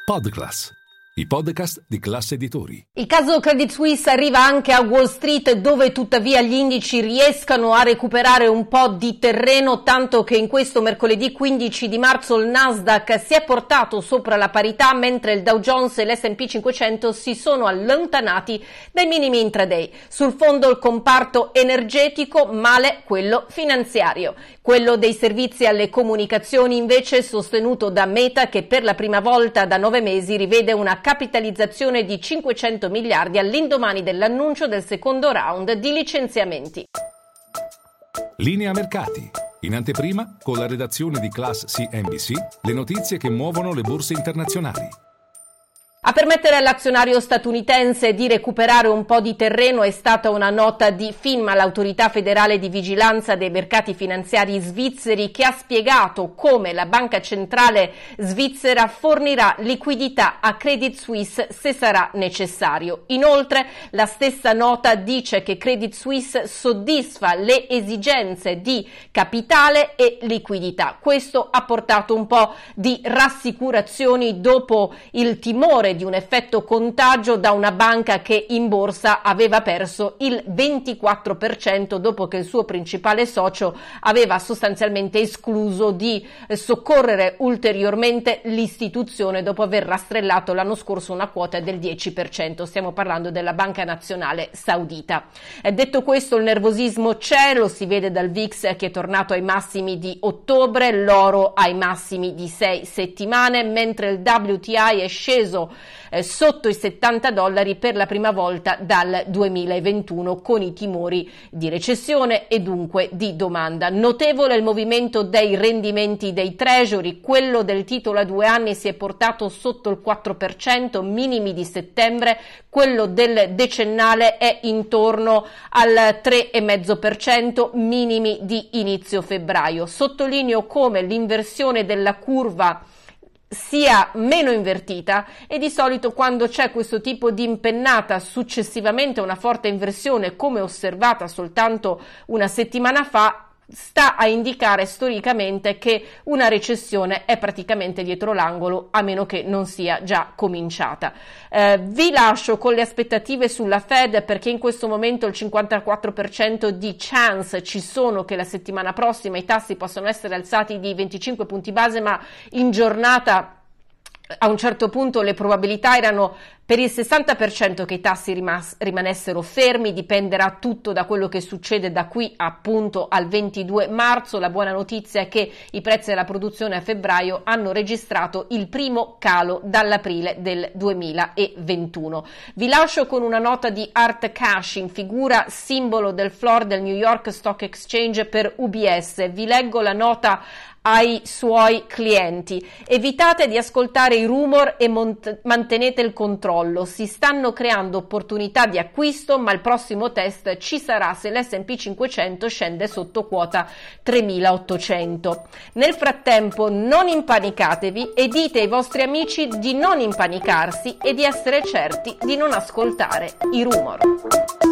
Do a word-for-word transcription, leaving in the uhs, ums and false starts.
Podclass, i podcast di Class Editori. Il caso Credit Suisse arriva anche a Wall Street, dove tuttavia gli indici riescano a recuperare un po' di terreno, tanto che in questo mercoledì quindici di marzo il Nasdaq si è portato sopra la parità, mentre il Dow Jones e l'S and P cinquecento si sono allontanati dai minimi intraday. Sul fondo il comparto energetico, male quello finanziario. Quello dei servizi alle comunicazioni invece è sostenuto da Meta, che per la prima volta da nove mesi rivede una capitalizzazione di cinquecento miliardi all'indomani dell'annuncio del secondo round di licenziamenti. Linea mercati. In anteprima, con la redazione di Class C N B C, le notizie che muovono le borse internazionali. A permettere all'azionario statunitense di recuperare un po' di terreno è stata una nota di FINMA, l'autorità federale di vigilanza dei mercati finanziari svizzeri, che ha spiegato come la banca centrale svizzera fornirà liquidità a Credit Suisse se sarà necessario. Inoltre, la stessa nota dice che Credit Suisse soddisfa le esigenze di capitale e liquidità. Questo ha portato un po' di rassicurazioni dopo il timore di un effetto contagio da una banca che in borsa aveva perso il ventiquattro per cento dopo che il suo principale socio aveva sostanzialmente escluso di soccorrere ulteriormente l'istituzione dopo aver rastrellato l'anno scorso una quota del dieci per cento. Stiamo parlando della Banca Nazionale Saudita. Eh, detto questo, il nervosismo c'è, lo si vede dal V I X che è tornato ai massimi di ottobre, l'oro ai massimi di sei settimane, mentre il W T I è sceso Eh, sotto i settanta dollari per la prima volta dal duemilaventuno, con i timori di recessione e dunque di domanda. Notevole il movimento dei rendimenti dei treasury, quello del titolo a due anni si è portato sotto il quattro per cento, minimi di settembre, quello del decennale è intorno al tre virgola cinque per cento, minimi di inizio febbraio. Sottolineo come l'inversione della curva sia meno invertita, e di solito quando c'è questo tipo di impennata successivamente a una forte inversione, come osservata soltanto una settimana fa, sta a indicare storicamente che una recessione è praticamente dietro l'angolo, a meno che non sia già cominciata. Eh, vi lascio con le aspettative sulla Fed, perché in questo momento il cinquantaquattro per cento di chance ci sono che la settimana prossima i tassi possano essere alzati di venticinque punti base, ma in giornata a un certo punto le probabilità erano per il sessanta per cento che i tassi rimas- rimanessero fermi. Dipenderà tutto da quello che succede da qui appunto al ventidue marzo. La buona notizia è che i prezzi della produzione a febbraio hanno registrato il primo calo dall'aprile del duemilaventuno. Vi lascio con una nota di Art Cashin, figura simbolo del floor del New York Stock Exchange per U B S. Vi leggo la nota ai suoi clienti: evitate di ascoltare i rumor e mont- mantenete il controllo. Si stanno creando opportunità di acquisto, ma il prossimo test ci sarà se l'S and P cinquecento scende sotto quota tremilaottocento. Nel frattempo non impanicatevi e dite ai vostri amici di non impanicarsi e di essere certi di non ascoltare i rumor.